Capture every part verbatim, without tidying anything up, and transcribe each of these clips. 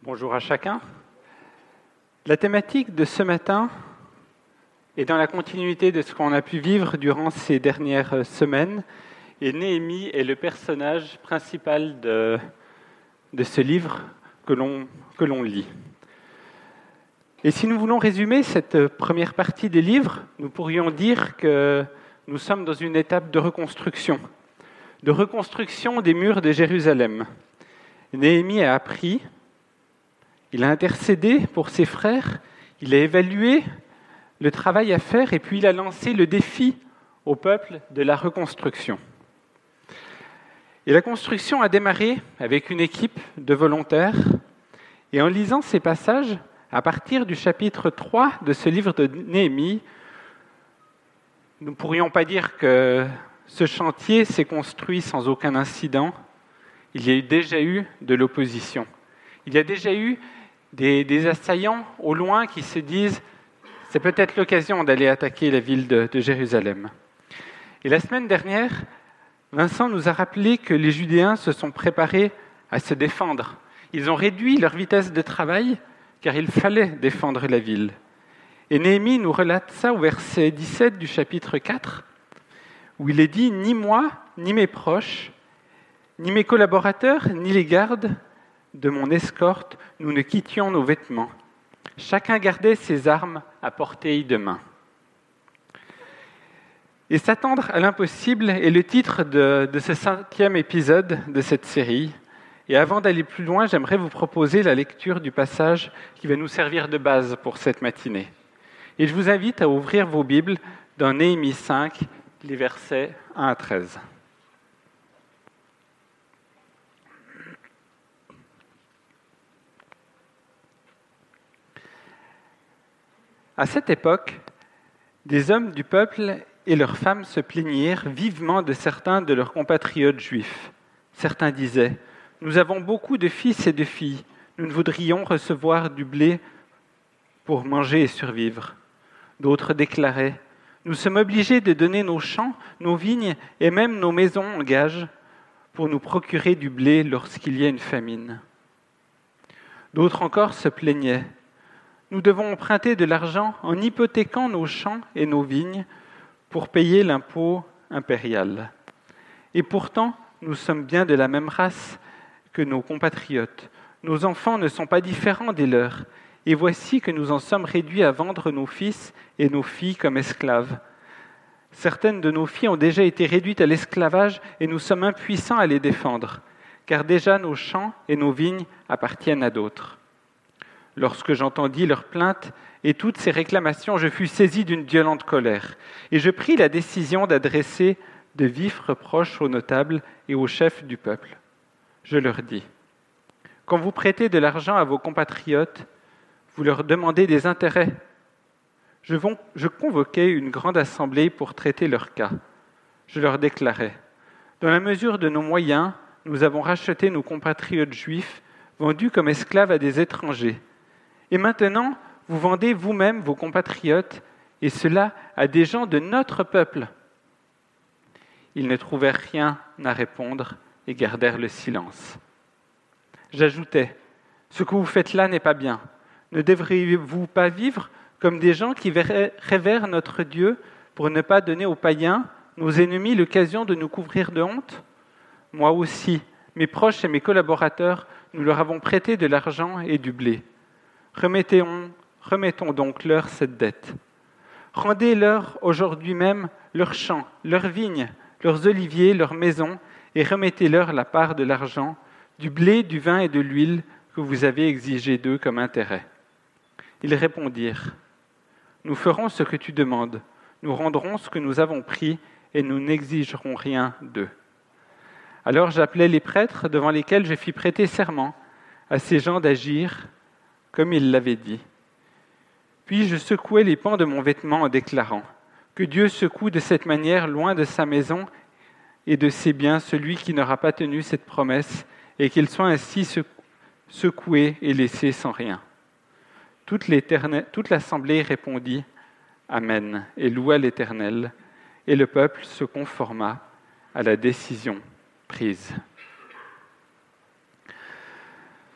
Bonjour à chacun. La thématique de ce matin est dans la continuité de ce qu'on a pu vivre durant ces dernières semaines. Et Néhémie est le personnage principal de, de ce livre que l'on, que l'on lit. Et si nous voulons résumer cette première partie du livre, nous pourrions dire que nous sommes dans une étape de reconstruction, de reconstruction des murs de Jérusalem. Néhémie a appris, il a intercédé pour ses frères, il a évalué le travail à faire et puis il a lancé le défi au peuple de la reconstruction. Et la construction a démarré avec une équipe de volontaires. Et en lisant ces passages, à partir du chapitre trois de ce livre de Néhémie, nous ne pourrions pas dire que ce chantier s'est construit sans aucun incident. Il y a déjà eu de l'opposition. Il y a déjà eu des, des assaillants au loin qui se disent « c'est peut-être l'occasion d'aller attaquer la ville de, de Jérusalem ». Et la semaine dernière, Vincent nous a rappelé que les Judéens se sont préparés à se défendre. Ils ont réduit leur vitesse de travail car il fallait défendre la ville. Et Néhémie nous relate ça au verset dix-sept du chapitre quatre, où il est dit « Ni moi, ni mes proches, ni mes collaborateurs, ni les gardes de mon escorte, nous ne quittions nos vêtements. Chacun gardait ses armes à portée de main. » Et s'attendre à l'impossible est le titre de, de ce cinquième épisode de cette série. Et avant d'aller plus loin, j'aimerais vous proposer la lecture du passage qui va nous servir de base pour cette matinée. Et je vous invite à ouvrir vos Bibles dans Néhémie cinq, les versets un à treize. À cette époque, des hommes du peuple et leurs femmes se plaignirent vivement de certains de leurs compatriotes juifs. Certains disaient « Nous avons beaucoup de fils et de filles, nous ne voudrions recevoir du blé pour manger et survivre. » D'autres déclaraient « Nous sommes obligés de donner nos champs, nos vignes et même nos maisons en gage pour nous procurer du blé lorsqu'il y a une famine. » D'autres encore se plaignaient « Nous devons emprunter de l'argent en hypothéquant nos champs et nos vignes pour payer l'impôt impérial. Et pourtant, nous sommes bien de la même race que nos compatriotes. Nos enfants ne sont pas différents des leurs. Et voici que nous en sommes réduits à vendre nos fils et nos filles comme esclaves. Certaines de nos filles ont déjà été réduites à l'esclavage et nous sommes impuissants à les défendre, car déjà nos champs et nos vignes appartiennent à d'autres. » Lorsque j'entendis leurs plaintes et toutes ces réclamations, je fus saisi d'une violente colère, et je pris la décision d'adresser de vifs reproches aux notables et aux chefs du peuple. Je leur dis, « Quand vous prêtez de l'argent à vos compatriotes, vous leur demandez des intérêts. Je, von, je convoquai une grande assemblée pour traiter leur cas. Je leur déclarai, « Dans la mesure de nos moyens, nous avons racheté nos compatriotes juifs, vendus comme esclaves à des étrangers. Et maintenant, vous vendez vous-même vos compatriotes, et cela à des gens de notre peuple. » Ils ne trouvèrent rien à répondre et gardèrent le silence. J'ajoutai, « Ce que vous faites là n'est pas bien. Ne devriez-vous pas vivre comme des gens qui révèrent notre Dieu pour ne pas donner aux païens, nos ennemis, l'occasion de nous couvrir de honte? Moi aussi, mes proches et mes collaborateurs, nous leur avons prêté de l'argent et du blé. Remettons, remettons donc leur cette dette. Rendez-leur aujourd'hui même leurs champs, leurs vignes, leurs oliviers, leurs maisons, et remettez-leur la part de l'argent, du blé, du vin et de l'huile que vous avez exigé d'eux comme intérêt. » Ils répondirent, « Nous ferons ce que tu demandes, nous rendrons ce que nous avons pris et nous n'exigerons rien d'eux. » Alors j'appelai les prêtres devant lesquels je fis prêter serment à ces gens d'agir comme il l'avait dit. Puis je secouai les pans de mon vêtement en déclarant « Que Dieu secoue de cette manière loin de sa maison et de ses biens celui qui n'aura pas tenu cette promesse et qu'il soit ainsi secoué et laissé sans rien. » Toute, toute l'assemblée répondit « Amen » et loua l'Éternel, et le peuple se conforma à la décision prise.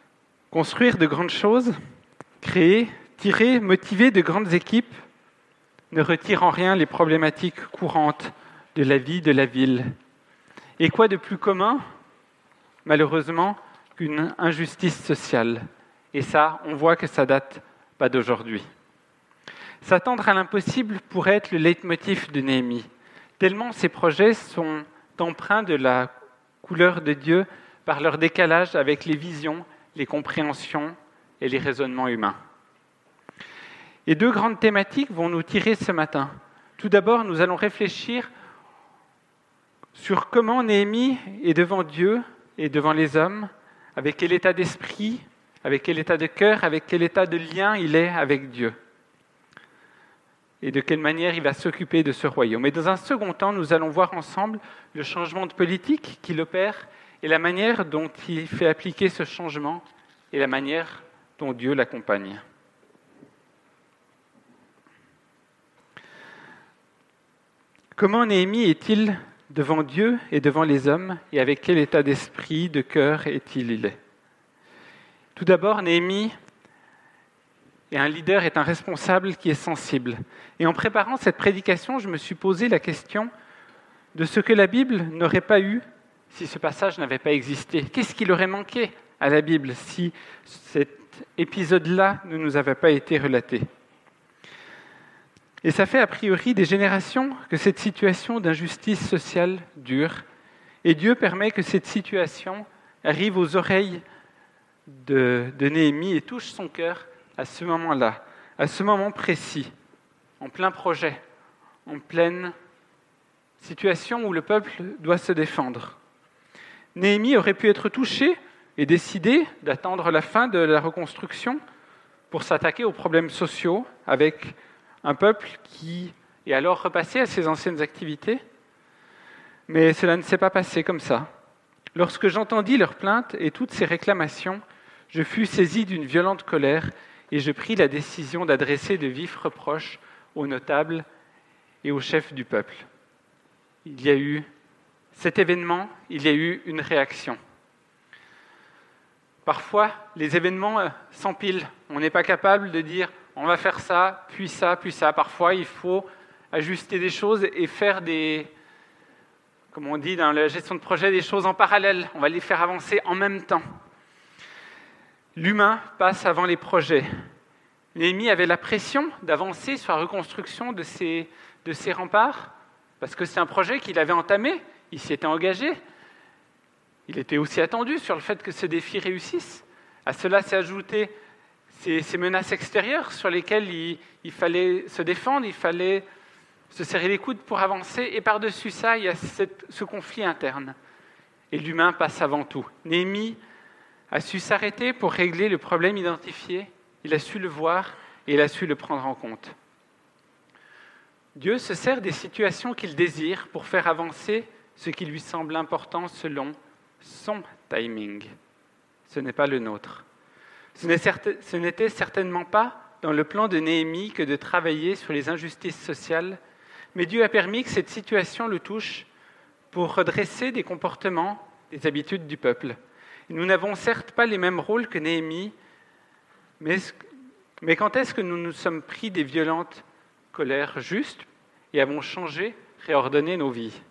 Construire de grandes choses, créer, tirer, motiver de grandes équipes ne retire en rien les problématiques courantes de la vie de la ville. Et quoi de plus commun, malheureusement, qu'une injustice sociale? Et ça, on voit que ça date pas d'aujourd'hui. S'attendre à l'impossible pourrait être le leitmotiv de Néhémie, tellement ces projets sont empreints de la couleur de Dieu par leur décalage avec les visions, les compréhensions et les raisonnements humains. Et deux grandes thématiques vont nous tirer ce matin. Tout d'abord, nous allons réfléchir sur comment Néhémie est devant Dieu et devant les hommes, avec quel état d'esprit, avec quel état de cœur, avec quel état de lien il est avec Dieu. Et de quelle manière il va s'occuper de ce royaume. Et dans un second temps, nous allons voir ensemble le changement de politique qu'il opère et la manière dont il fait appliquer ce changement et la manière dont Dieu l'accompagne. Comment Néhémie est-il devant Dieu et devant les hommes, et avec quel état d'esprit, de cœur est-il il est? Tout d'abord, Néhémie est un leader, est un responsable qui est sensible. Et en préparant cette prédication, je me suis posé la question de ce que la Bible n'aurait pas eu si ce passage n'avait pas existé. Qu'est-ce qui aurait manqué à la Bible si cet épisode-là ne nous avait pas été relaté? Et ça fait a priori des générations que cette situation d'injustice sociale dure, et Dieu permet que cette situation arrive aux oreilles de, de Néhémie et touche son cœur à ce moment-là, à ce moment précis, en plein projet, en pleine situation où le peuple doit se défendre. Néhémie aurait pu être touché et décider d'attendre la fin de la reconstruction pour s'attaquer aux problèmes sociaux avec un peuple qui est alors repassé à ses anciennes activités. Mais cela ne s'est pas passé comme ça. Lorsque j'entendis leurs plaintes et toutes ces réclamations, je fus saisi d'une violente colère et je pris la décision d'adresser de vifs reproches aux notables et aux chefs du peuple. Il y a eu cet événement, il y a eu une réaction. Parfois, les événements s'empilent. On n'est pas capable de dire on va faire ça, puis ça, puis ça. Parfois, il faut ajuster des choses et faire des, comme on dit dans la gestion de projet, des choses en parallèle. On va les faire avancer en même temps. L'humain passe avant les projets. Néhémie avait la pression d'avancer sur la reconstruction de ces, de ces remparts, parce que c'est un projet qu'il avait entamé, il s'y était engagé. Il était aussi attendu sur le fait que ce défi réussisse. À cela s'est ajouté ces, ces menaces extérieures sur lesquelles il, il fallait se défendre, il fallait se serrer les coudes pour avancer. Et par-dessus ça, il y a cette, ce conflit interne. Et l'humain passe avant tout. Néhémie a su s'arrêter pour régler le problème identifié. Il a su le voir et il a su le prendre en compte. Dieu se sert des situations qu'il désire pour faire avancer ce qui lui semble important selon son timing. Ce n'est pas le nôtre. Ce n'était certainement pas dans le plan de Néhémie que de travailler sur les injustices sociales, mais Dieu a permis que cette situation le touche pour redresser des comportements, des habitudes du peuple. Et nous n'avons certes pas les mêmes rôles que Néhémie, mais, mais quand est-ce que nous nous sommes pris des violentes colères justes et avons changé, réordonné nos vies?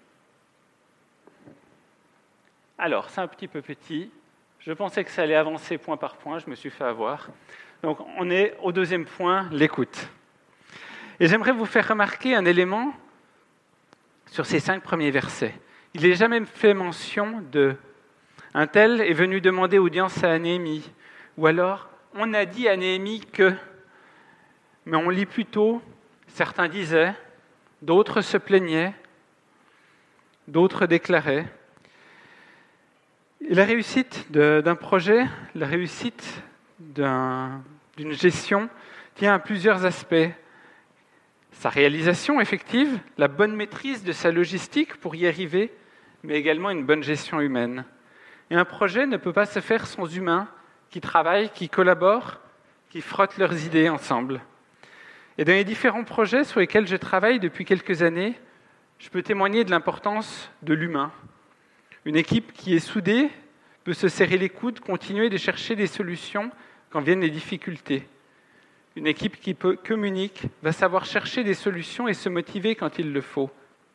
Alors, c'est un petit peu petit. Je pensais que ça allait avancer point par point, je me suis fait avoir. Donc, on est au deuxième point, l'écoute. Et j'aimerais vous faire remarquer un élément sur ces cinq premiers versets. Il n'est jamais fait mention de « un tel est venu demander audience à Néhémie » ou alors « on a dit à Néhémie que », mais on lit plutôt « certains disaient », d'autres se plaignaient, d'autres déclaraient. Et la réussite de, d'un projet, la réussite d'un, d'une gestion tient à plusieurs aspects. Sa réalisation effective, la bonne maîtrise de sa logistique pour y arriver, mais également une bonne gestion humaine. Et un projet ne peut pas se faire sans humains qui travaillent, qui collaborent, qui frottent leurs idées ensemble. Et dans les différents projets sur lesquels je travaille depuis quelques années, je peux témoigner de l'importance de l'humain. Une équipe qui est soudée peut se serrer les coudes, continuer de chercher des solutions quand viennent les difficultés. Une équipe qui peut, communique va savoir chercher des solutions et se motiver quand il le faut.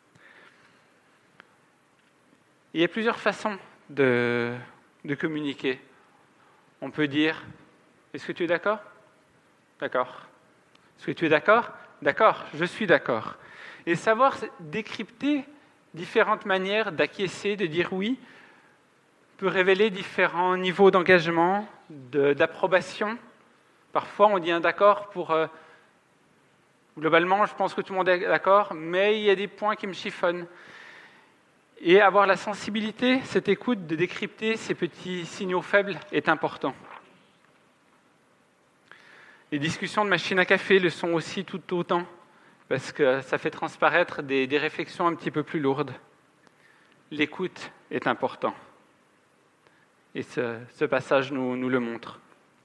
Il y a plusieurs façons de, de communiquer. On peut dire « Est-ce que tu es d'accord ?»« D'accord. » « Est-ce que tu es d'accord ?»« D'accord, je suis d'accord. » Et savoir décrypter différentes manières d'acquiescer, de dire oui, peut révéler différents niveaux d'engagement, de, d'approbation. Parfois, on dit un d'accord pour... Euh, globalement, je pense que tout le monde est d'accord, mais il y a des points qui me chiffonnent. Et avoir la sensibilité, cette écoute, de décrypter ces petits signaux faibles est important. Les discussions de machine à café le sont aussi tout autant, parce que ça fait transparaître des, des réflexions un petit peu plus lourdes. L'écoute est important. Et ce, ce passage nous, nous le montre.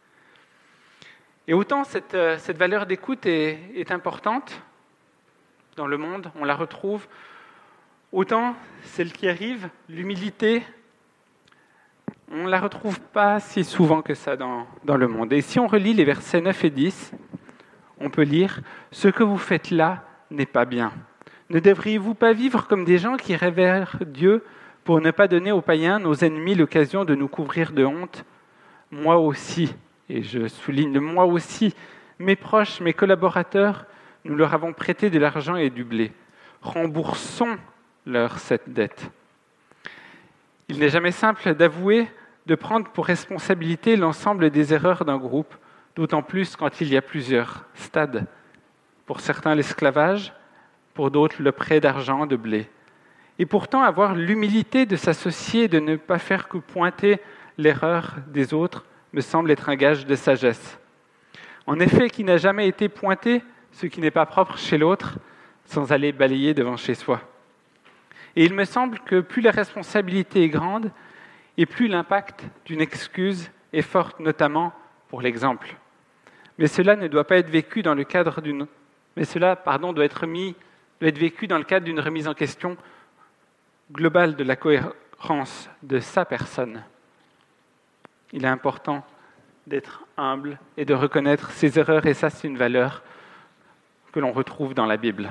Et autant cette, cette valeur d'écoute est, est importante dans le monde, on la retrouve, autant celle qui arrive, l'humilité, on ne la retrouve pas si souvent que ça dans, dans le monde. Et si on relit les versets neuf et dix, on peut lire « Ce que vous faites là n'est pas bien. Ne devriez-vous pas vivre comme des gens qui révèrent Dieu pour ne pas donner aux païens, nos ennemis, l'occasion de nous couvrir de honte ? Moi aussi, et je souligne le moi aussi, mes proches, mes collaborateurs, nous leur avons prêté de l'argent et du blé. Remboursons-leur cette dette. » Il n'est jamais simple d'avouer, de prendre pour responsabilité l'ensemble des erreurs d'un groupe, d'autant plus quand il y a plusieurs stades. Pour certains, l'esclavage, pour d'autres, le prêt d'argent, de blé. Et pourtant, avoir l'humilité de s'associer et de ne pas faire que pointer l'erreur des autres me semble être un gage de sagesse. En effet, qui n'a jamais été pointé ce qui n'est pas propre chez l'autre sans aller balayer devant chez soi. Et il me semble que plus la responsabilité est grande, et plus l'impact d'une excuse est fort, notamment pour l'exemple. Mais cela ne doit pas être vécu dans le cadre d'une... Mais cela, pardon, doit être mis, doit être vécu dans le cadre d'une remise en question globale de la cohérence de sa personne. Il est important d'être humble et de reconnaître ses erreurs, et ça, c'est une valeur que l'on retrouve dans la Bible.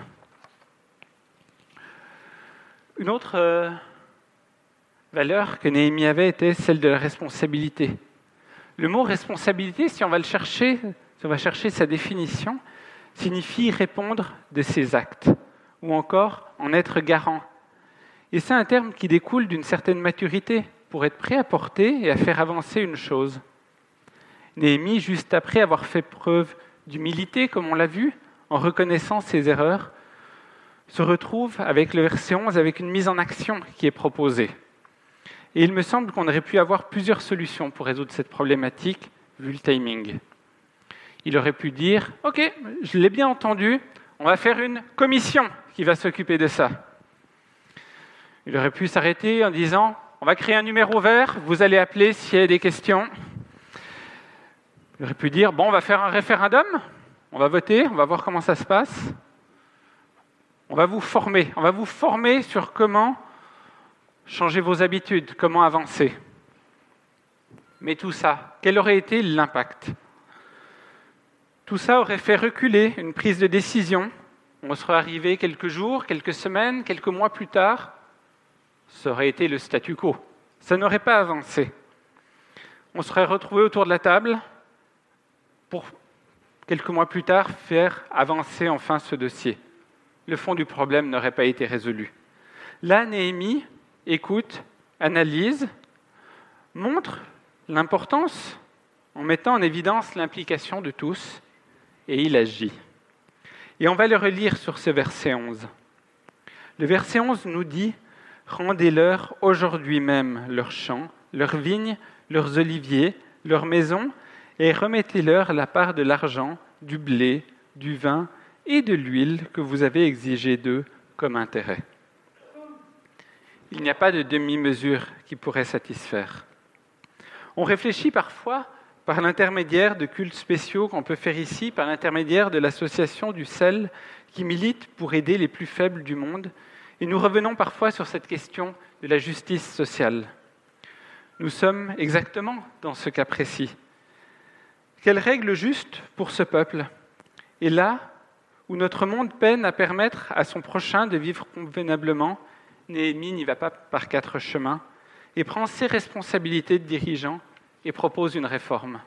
Une autre euh, valeur que Néhémie avait était celle de la responsabilité. Le mot responsabilité, si on va le chercher, si on va chercher sa définition, signifie répondre de ses actes, ou encore en être garant. Et c'est un terme qui découle d'une certaine maturité pour être prêt à porter et à faire avancer une chose. Néhémie, juste après avoir fait preuve d'humilité, comme on l'a vu, en reconnaissant ses erreurs, se retrouve avec le verset onze, avec une mise en action qui est proposée. Et il me semble qu'on aurait pu avoir plusieurs solutions pour résoudre cette problématique, vu le timing. Il aurait pu dire « Ok, je l'ai bien entendu, on va faire une commission qui va s'occuper de ça. » Il aurait pu s'arrêter en disant « On va créer un numéro vert, vous allez appeler s'il y a des questions. » Il aurait pu dire « Bon, on va faire un référendum, on va voter, on va voir comment ça se passe. » On va vous former, on va vous former sur comment changer vos habitudes, comment avancer. Mais tout ça, quel aurait été l'impact ? Tout ça aurait fait reculer une prise de décision. On serait arrivé quelques jours, quelques semaines, quelques mois plus tard. Ça aurait été le statu quo. Ça n'aurait pas avancé. On serait retrouvé autour de la table pour, quelques mois plus tard, faire avancer enfin ce dossier. Le fond du problème n'aurait pas été résolu. Là, Néhémie écoute, analyse, montre l'importance en mettant en évidence l'implication de tous, et il agit. Et on va le relire sur ce verset onze. Le verset onze nous dit « Rendez-leur aujourd'hui même leurs champs, leurs vignes, leurs oliviers, leurs maisons, et remettez-leur la part de l'argent, du blé, du vin et de l'huile que vous avez exigé d'eux comme intérêt. » Il n'y a pas de demi-mesure qui pourrait satisfaire. On réfléchit parfois par l'intermédiaire de cultes spéciaux qu'on peut faire ici, par l'intermédiaire de l'association du sel qui milite pour aider les plus faibles du monde, et nous revenons parfois sur cette question de la justice sociale. Nous sommes exactement dans ce cas précis. Quelle règle juste pour ce peuple? Et là où notre monde peine à permettre à son prochain de vivre convenablement, Néhémie n'y va pas par quatre chemins et prend ses responsabilités de dirigeant et propose une réforme.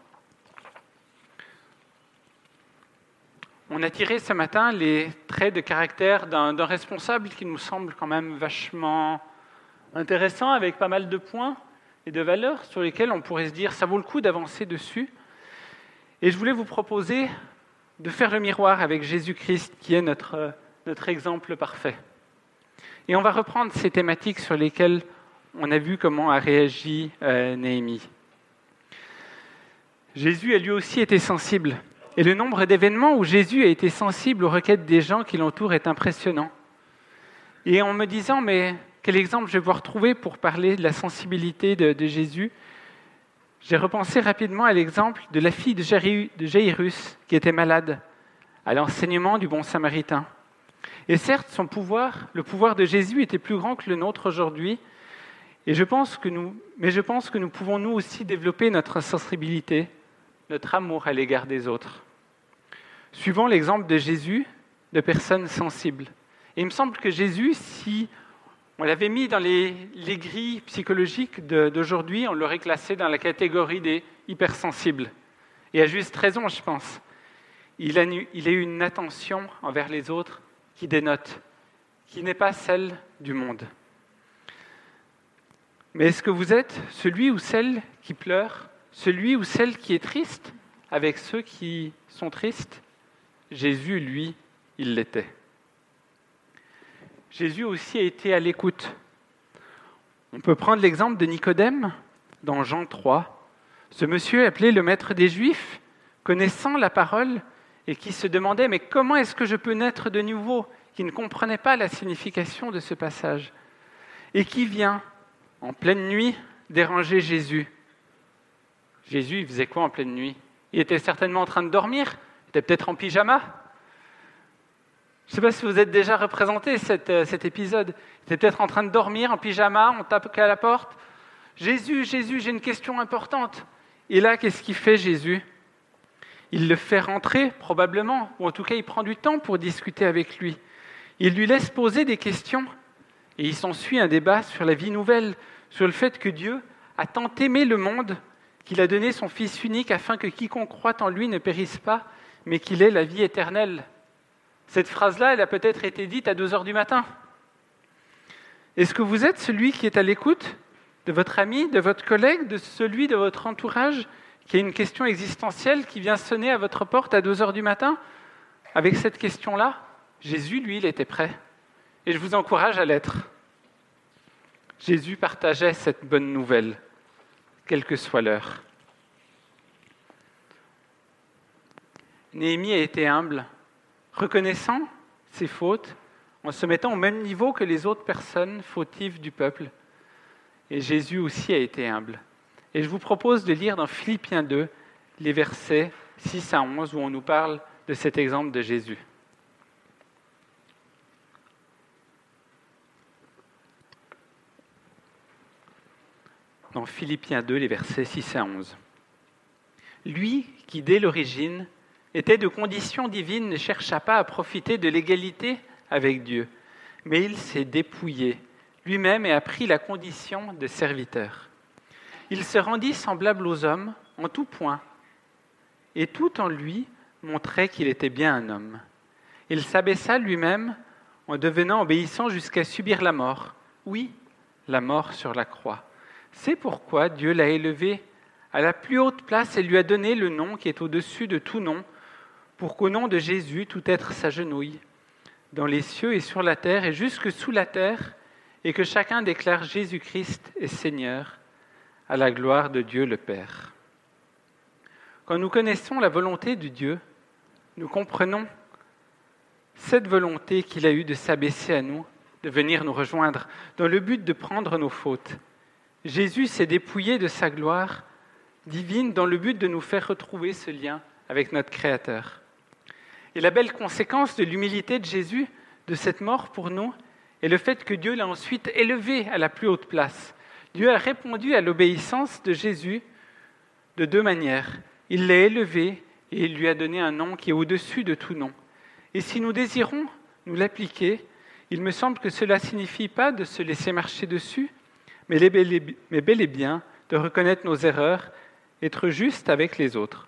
On a tiré ce matin les traits de caractère d'un, d'un responsable qui nous semble quand même vachement intéressant, avec pas mal de points et de valeurs sur lesquels on pourrait se dire ça vaut le coup d'avancer dessus. Et je voulais vous proposer de faire le miroir avec Jésus-Christ, qui est notre, notre exemple parfait. Et on va reprendre ces thématiques sur lesquelles on a vu comment a réagi euh, Néhémie. Jésus a lui aussi été sensible. Et le nombre d'événements où Jésus a été sensible aux requêtes des gens qui l'entourent est impressionnant. Et en me disant, mais quel exemple je vais pouvoir trouver pour parler de la sensibilité de, de Jésus, j'ai repensé rapidement à l'exemple de la fille de Jaïrus, qui était malade, à l'enseignement du bon samaritain. Et certes, son pouvoir, le pouvoir de Jésus était plus grand que le nôtre aujourd'hui, et je pense que nous, mais je pense que nous pouvons nous aussi développer notre sensibilité, notre amour à l'égard des autres. Suivons l'exemple de Jésus, de personnes sensibles. Et il me semble que Jésus, si on l'avait mis dans les, les grilles psychologiques de, d'aujourd'hui, on l'aurait classé dans la catégorie des hypersensibles. Et à juste raison, je pense. Il a, il a eu une attention envers les autres qui dénote, qui n'est pas celle du monde. Mais est-ce que vous êtes celui ou celle qui pleure, celui ou celle qui est triste avec ceux qui sont tristes? Jésus, lui, il l'était. Jésus aussi a été à l'écoute. On peut prendre l'exemple de Nicodème dans Jean trois. Ce monsieur appelé le maître des Juifs, connaissant la parole et qui se demandait « Mais comment est-ce que je peux naître de nouveau ?» qui ne comprenait pas la signification de ce passage. Et qui vient, en pleine nuit, déranger Jésus. Jésus, il faisait quoi en pleine nuit? Il était certainement en train de dormir, il était peut-être en pyjama. Je ne sais pas si vous êtes déjà représenté cet, cet épisode. Il était peut-être en train de dormir en pyjama, on tape à la porte. « Jésus, Jésus, j'ai une question importante. » Et là, qu'est-ce qu'il fait Jésus? Il le fait rentrer, probablement, ou en tout cas, il prend du temps pour discuter avec lui. Il lui laisse poser des questions, et il s'ensuit un débat sur la vie nouvelle, sur le fait que Dieu a tant aimé le monde qu'il a donné son Fils unique afin que quiconque croit en lui ne périsse pas, mais qu'il ait la vie éternelle. Cette phrase-là, elle a peut-être été dite à deux heures du matin. Est-ce que vous êtes celui qui est à l'écoute de votre ami, de votre collègue, de celui de votre entourage, qui a une question existentielle qui vient sonner à votre porte à deux heures du matin? Avec cette question-là, Jésus, lui, il était prêt. Et je vous encourage à l'être. Jésus partageait cette bonne nouvelle, quelle que soit l'heure. Néhémie a été humble, reconnaissant ses fautes, en se mettant au même niveau que les autres personnes fautives du peuple. Et Jésus aussi a été humble. Et je vous propose de lire dans Philippiens deux les versets six à onze où on nous parle de cet exemple de Jésus. Dans Philippiens deux, les versets six à onze. Lui qui, dès l'origine, était de condition divine, ne chercha pas à profiter de l'égalité avec Dieu, mais il s'est dépouillé lui-même et a pris la condition de serviteur. Il se rendit semblable aux hommes en tout point, et tout en lui montrait qu'il était bien un homme. Il s'abaissa lui-même en devenant obéissant jusqu'à subir la mort, oui, la mort sur la croix. C'est pourquoi Dieu l'a élevé à la plus haute place et lui a donné le nom qui est au-dessus de tout nom, pour qu'au nom de Jésus, tout être s'agenouille, dans les cieux et sur la terre et jusque sous la terre, et que chacun déclare Jésus-Christ est Seigneur, à la gloire de Dieu le Père. Quand nous connaissons la volonté de Dieu, nous comprenons cette volonté qu'il a eue de s'abaisser à nous, de venir nous rejoindre, dans le but de prendre nos fautes. Jésus s'est dépouillé de sa gloire divine dans le but de nous faire retrouver ce lien avec notre Créateur. Et la belle conséquence de l'humilité de Jésus, de cette mort pour nous, est le fait que Dieu l'a ensuite élevé à la plus haute place, Dieu a répondu à l'obéissance de Jésus de deux manières. Il l'a élevé et il lui a donné un nom qui est au-dessus de tout nom. Et si nous désirons nous l'appliquer, il me semble que cela ne signifie pas de se laisser marcher dessus, mais bel et bien de reconnaître nos erreurs, être juste avec les autres.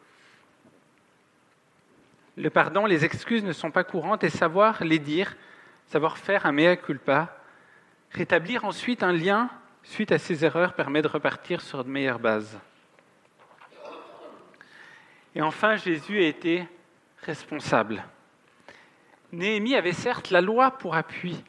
Le pardon, les excuses ne sont pas courantes et savoir les dire, savoir faire un mea culpa, rétablir ensuite un lien suite à ces erreurs permet de repartir sur de meilleures bases. Et enfin, Jésus a été responsable. Néhémie avait certes la loi pour appui,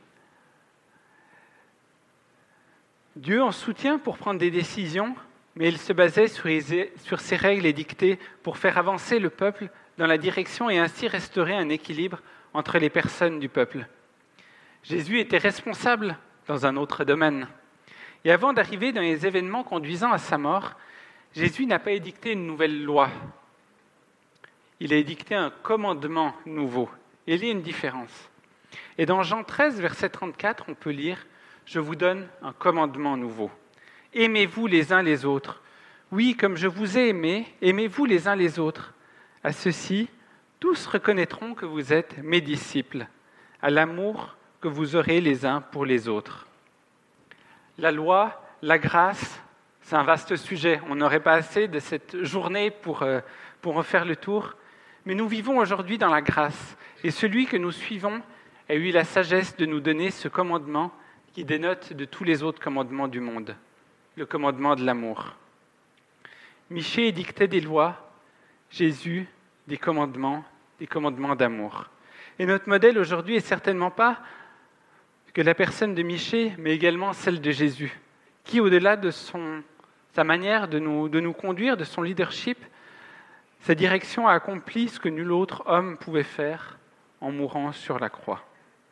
Dieu en soutien pour prendre des décisions, mais il se basait sur, les, sur ses règles édictées pour faire avancer le peuple dans la direction et ainsi restaurer un équilibre entre les personnes du peuple. Jésus était responsable dans un autre domaine. Et avant d'arriver dans les événements conduisant à sa mort, Jésus n'a pas édicté une nouvelle loi. Il a édicté un commandement nouveau. Et il y a une différence. Et dans Jean treize, verset trente-quatre, on peut lire « Je vous donne un commandement nouveau. Aimez-vous les uns les autres. Oui, comme je vous ai aimés, aimez-vous les uns les autres. À ceci, tous reconnaîtront que vous êtes mes disciples, à l'amour que vous aurez les uns pour les autres. » La loi, la grâce, c'est un vaste sujet. On n'aurait pas assez de cette journée pour, euh, pour en faire le tour. Mais nous vivons aujourd'hui dans la grâce. Et celui que nous suivons a eu la sagesse de nous donner ce commandement qui dénote de tous les autres commandements du monde, le commandement de l'amour. Michée édictait des lois, Jésus des commandements, des commandements d'amour. Et notre modèle aujourd'hui n'est certainement pas que la personne de Michée, mais également celle de Jésus, qui, au-delà de son, sa manière de nous, de nous conduire, de son leadership, sa direction a accompli ce que nul autre homme pouvait faire en mourant sur la croix.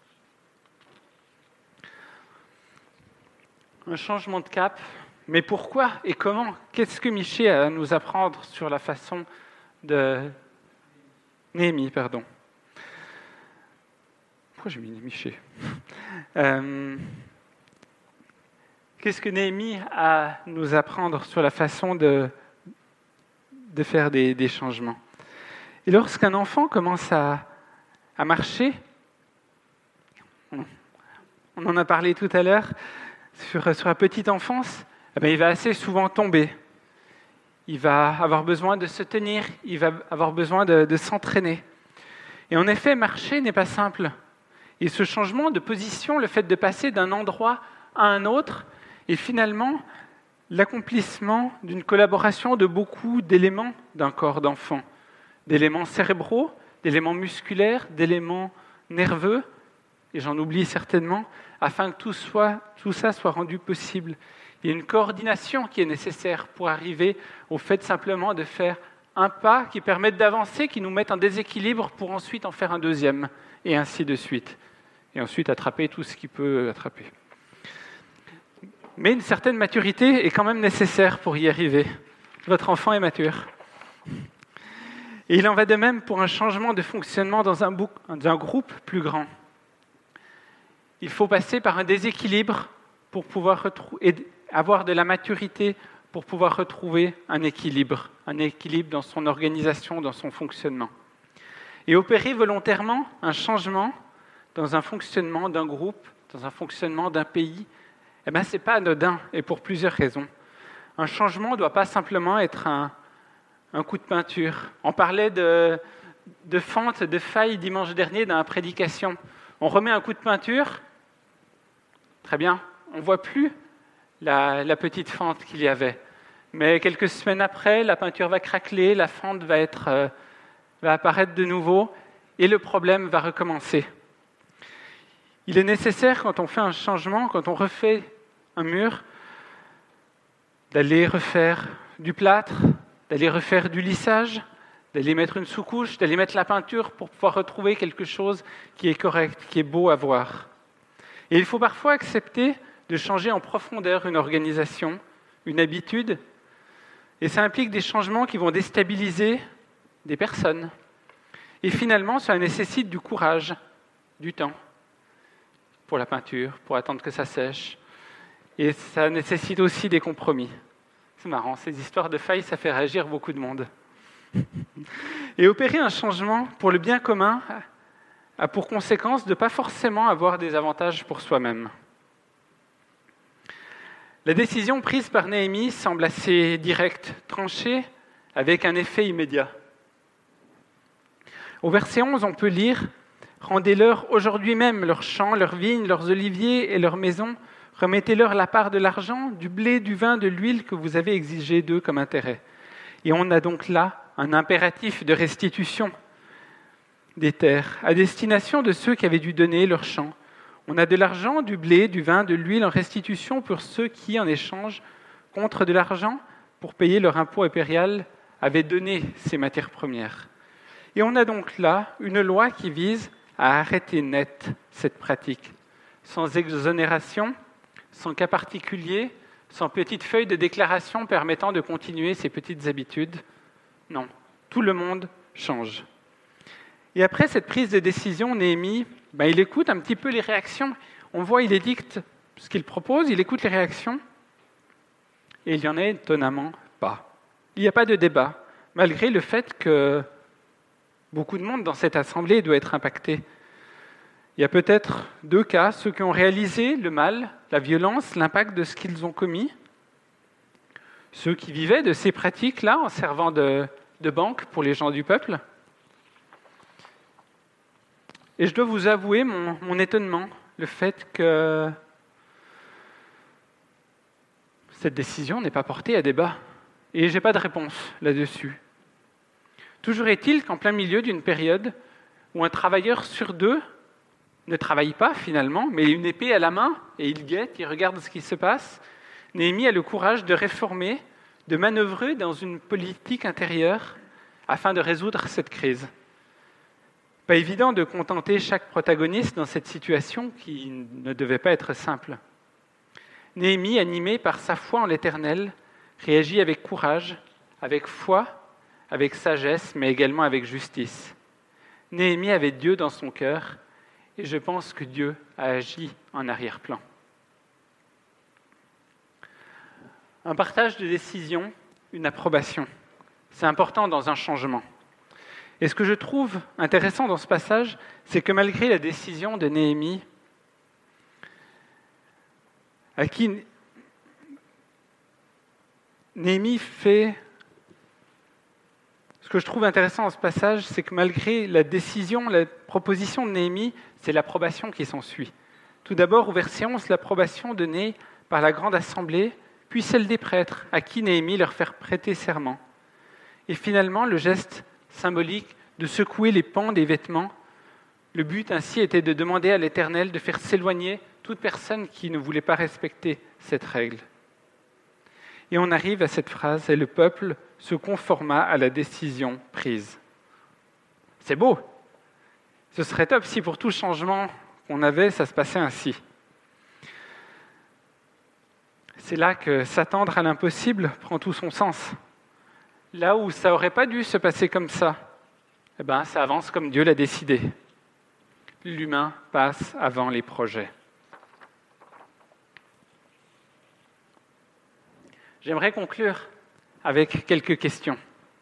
Un changement de cap, mais pourquoi et comment ? Qu'est-ce que Michée a à nous apprendre sur la façon de... Néhémie, pardon. Pourquoi j'ai mis Michée ? euh... Qu'est-ce que Néhémie a à nous apprendre sur la façon de, de faire des, des changements ? Et lorsqu'un enfant commence à, à marcher, on, on en a parlé tout à l'heure, sur, sur la petite enfance, eh bien, il va assez souvent tomber. Il va avoir besoin de se tenir, il va avoir besoin de, de s'entraîner. Et en effet, marcher n'est pas simple. Et ce changement de position, le fait de passer d'un endroit à un autre, est finalement l'accomplissement d'une collaboration de beaucoup d'éléments d'un corps d'enfant. D'éléments cérébraux, d'éléments musculaires, d'éléments nerveux, et j'en oublie certainement, afin que tout, soit, tout ça soit rendu possible. Il y a une coordination qui est nécessaire pour arriver au fait simplement de faire un pas qui permette d'avancer, qui nous mette en déséquilibre pour ensuite en faire un deuxième, et ainsi de suite. Et ensuite attraper tout ce qui peut attraper. Mais une certaine maturité est quand même nécessaire pour y arriver. Votre enfant est mature. Et il en va de même pour un changement de fonctionnement dans un, bou- dans un groupe plus grand. Il faut passer par un déséquilibre pour pouvoir retrou- avoir de la maturité pour pouvoir retrouver un équilibre, un équilibre dans son organisation, dans son fonctionnement. Et opérer volontairement un changement dans un fonctionnement d'un groupe, dans un fonctionnement d'un pays, eh bien, ce n'est pas anodin, et pour plusieurs raisons. Un changement ne doit pas simplement être un, un coup de peinture. On parlait de, de fente, de faille dimanche dernier dans la prédication. On remet un coup de peinture, très bien, on ne voit plus la, la petite fente qu'il y avait. Mais quelques semaines après, la peinture va craqueler, la fente va, être, euh, va apparaître de nouveau, et le problème va recommencer. Il est nécessaire, quand on fait un changement, quand on refait un mur, d'aller refaire du plâtre, d'aller refaire du lissage, d'aller mettre une sous-couche, d'aller mettre la peinture pour pouvoir retrouver quelque chose qui est correct, qui est beau à voir. Et il faut parfois accepter de changer en profondeur une organisation, une habitude, et ça implique des changements qui vont déstabiliser des personnes. Et finalement, ça nécessite du courage, du temps, pour la peinture, pour attendre que ça sèche. Et ça nécessite aussi des compromis. C'est marrant, ces histoires de failles, ça fait réagir beaucoup de monde. Et opérer un changement pour le bien commun a pour conséquence de ne pas forcément avoir des avantages pour soi-même. La décision prise par Néhémie semble assez directe, tranchée, avec un effet immédiat. Au verset onze, on peut lire « Rendez-leur aujourd'hui même leurs champs, leurs vignes, leurs oliviers et leurs maisons. Remettez-leur la part de l'argent, du blé, du vin, de l'huile que vous avez exigé d'eux comme intérêt. » Et on a donc là un impératif de restitution des terres à destination de ceux qui avaient dû donner leurs champs. On a de l'argent, du blé, du vin, de l'huile en restitution pour ceux qui, en échange, contre de l'argent, pour payer leur impôt impérial, avaient donné ces matières premières. Et on a donc là une loi qui vise à arrêter net cette pratique, sans exonération, sans cas particulier, sans petite feuille de déclaration permettant de continuer ces petites habitudes. Non, tout le monde change. Et après cette prise de décision, Néhémie, ben, il écoute un petit peu les réactions. On voit, il édicte ce qu'il propose, il écoute les réactions, et il n'y en a étonnamment pas. Il n'y a pas de débat, malgré le fait que beaucoup de monde dans cette assemblée doit être impacté. Il y a peut-être deux cas, ceux qui ont réalisé le mal, la violence, l'impact de ce qu'ils ont commis, ceux qui vivaient de ces pratiques-là en servant de, de banque pour les gens du peuple. Et je dois vous avouer mon, mon étonnement, le fait que cette décision n'est pas portée à débat. Et je n'ai pas de réponse là-dessus. Toujours est-il qu'en plein milieu d'une période où un travailleur sur deux ne travaille pas finalement, mais une épée à la main, et il guette, il regarde ce qui se passe, Néhémie a le courage de réformer, de manœuvrer dans une politique intérieure afin de résoudre cette crise. Pas évident de contenter chaque protagoniste dans cette situation qui ne devait pas être simple. Néhémie, animé par sa foi en l'Éternel, réagit avec courage, avec foi, avec sagesse, mais également avec justice. Néhémie avait Dieu dans son cœur, et je pense que Dieu a agi en arrière-plan. Un partage de décision, une approbation. C'est important dans un changement. Et ce que je trouve intéressant dans ce passage, c'est que malgré la décision de Néhémie, à qui Néhémie fait... Ce que je trouve intéressant dans ce passage, c'est que malgré la décision, la proposition de Néhémie, c'est l'approbation qui s'ensuit. Tout d'abord, au verset onze, l'approbation donnée par la grande assemblée, puis celle des prêtres, à qui Néhémie leur fait prêter serment. Et finalement, le geste symbolique de secouer les pans des vêtements. Le but ainsi était de demander à l'Éternel de faire s'éloigner toute personne qui ne voulait pas respecter cette règle. Et on arrive à cette phrase, et le peuple se conforma à la décision prise. C'est beau. Ce serait top si pour tout changement qu'on avait, ça se passait ainsi. C'est là que s'attendre à l'impossible prend tout son sens. Là où ça n'aurait pas dû se passer comme ça, eh ben, ça avance comme Dieu l'a décidé. L'humain passe avant les projets. J'aimerais conclure avec quelques questions.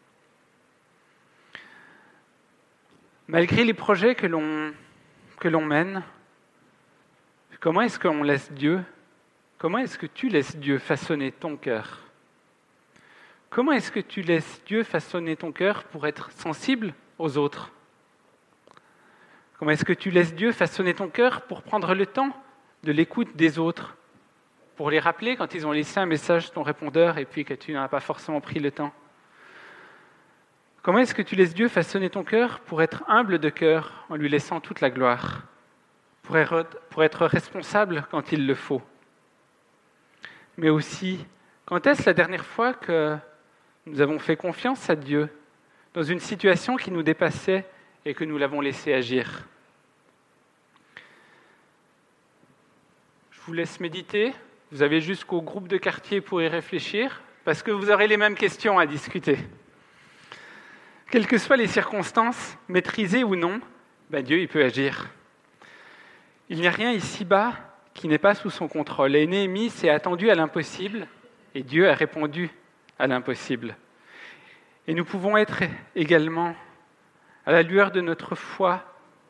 Malgré les projets que l'on, que l'on mène, comment est-ce qu'on laisse Dieu, comment est-ce que tu laisses Dieu façonner ton cœur ? Comment est-ce que tu laisses Dieu façonner ton cœur pour être sensible aux autres ? Comment est-ce que tu laisses Dieu façonner ton cœur pour prendre le temps de l'écoute des autres ? Pour les rappeler quand ils ont laissé un message sur ton répondeur et puis que tu n'as pas forcément pris le temps. Comment est-ce que tu laisses Dieu façonner ton cœur pour être humble de cœur en lui laissant toute la gloire, pour être, pour être responsable quand il le faut. Mais aussi, quand est-ce la dernière fois que nous avons fait confiance à Dieu dans une situation qui nous dépassait et que nous l'avons laissé agir ? Je vous laisse méditer. Vous avez jusqu'au groupe de quartier pour y réfléchir, parce que vous aurez les mêmes questions à discuter. Quelles que soient les circonstances, maîtrisées ou non, ben Dieu il peut agir. Il n'y a rien ici-bas qui n'est pas sous son contrôle. Et Néhémie s'est attendu à l'impossible, et Dieu a répondu à l'impossible. Et nous pouvons être également, à la lueur de notre foi,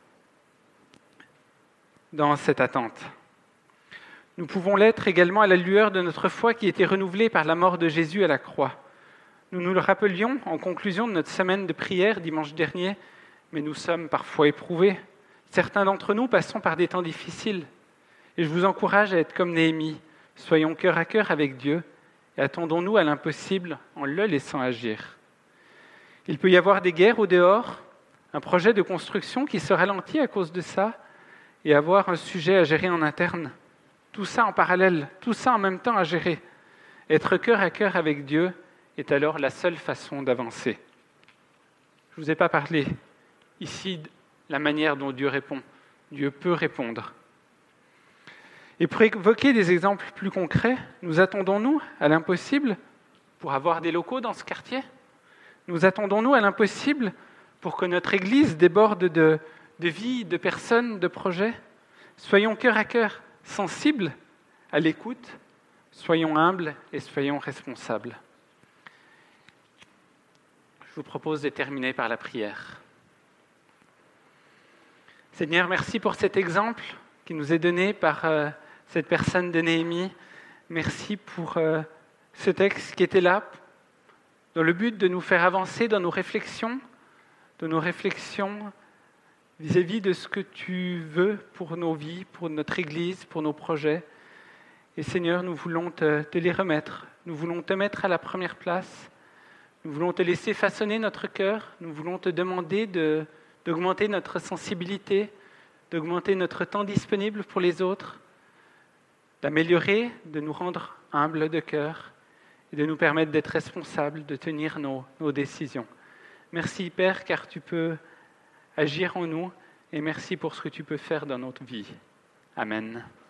dans cette attente. Nous pouvons l'être également à la lueur de notre foi qui a été renouvelée par la mort de Jésus à la croix. Nous nous le rappelions en conclusion de notre semaine de prière dimanche dernier, mais nous sommes parfois éprouvés. Certains d'entre nous passons par des temps difficiles. Et je vous encourage à être comme Néhémie. Soyons cœur à cœur avec Dieu et attendons-nous à l'impossible en le laissant agir. Il peut y avoir des guerres au dehors, un projet de construction qui se ralentit à cause de ça, et avoir un sujet à gérer en interne. Tout ça en parallèle, tout ça en même temps à gérer. Être cœur à cœur avec Dieu est alors la seule façon d'avancer. Je ne vous ai pas parlé ici de la manière dont Dieu répond. Dieu peut répondre. Et pour évoquer des exemples plus concrets, nous attendons-nous à l'impossible pour avoir des locaux dans ce quartier ? Nous attendons-nous à l'impossible pour que notre Église déborde de, de vie, de personnes, de projets ? Soyons cœur à cœur, sensibles à l'écoute, soyons humbles et soyons responsables. Je vous propose de terminer par la prière. Seigneur, merci pour cet exemple qui nous est donné par euh, cette personne de Néhémie. Merci pour euh, ce texte qui était là, dans le but de nous faire avancer dans nos réflexions, de nos réflexions vis-à-vis de ce que tu veux pour nos vies, pour notre Église, pour nos projets. Et Seigneur, nous voulons te, te les remettre. Nous voulons te mettre à la première place. Nous voulons te laisser façonner notre cœur. Nous voulons te demander de, d'augmenter notre sensibilité, d'augmenter notre temps disponible pour les autres, d'améliorer, de nous rendre humbles de cœur et de nous permettre d'être responsables, de tenir nos, nos décisions. Merci Père, car tu peux agir en nous et merci pour ce que tu peux faire dans notre vie. Amen.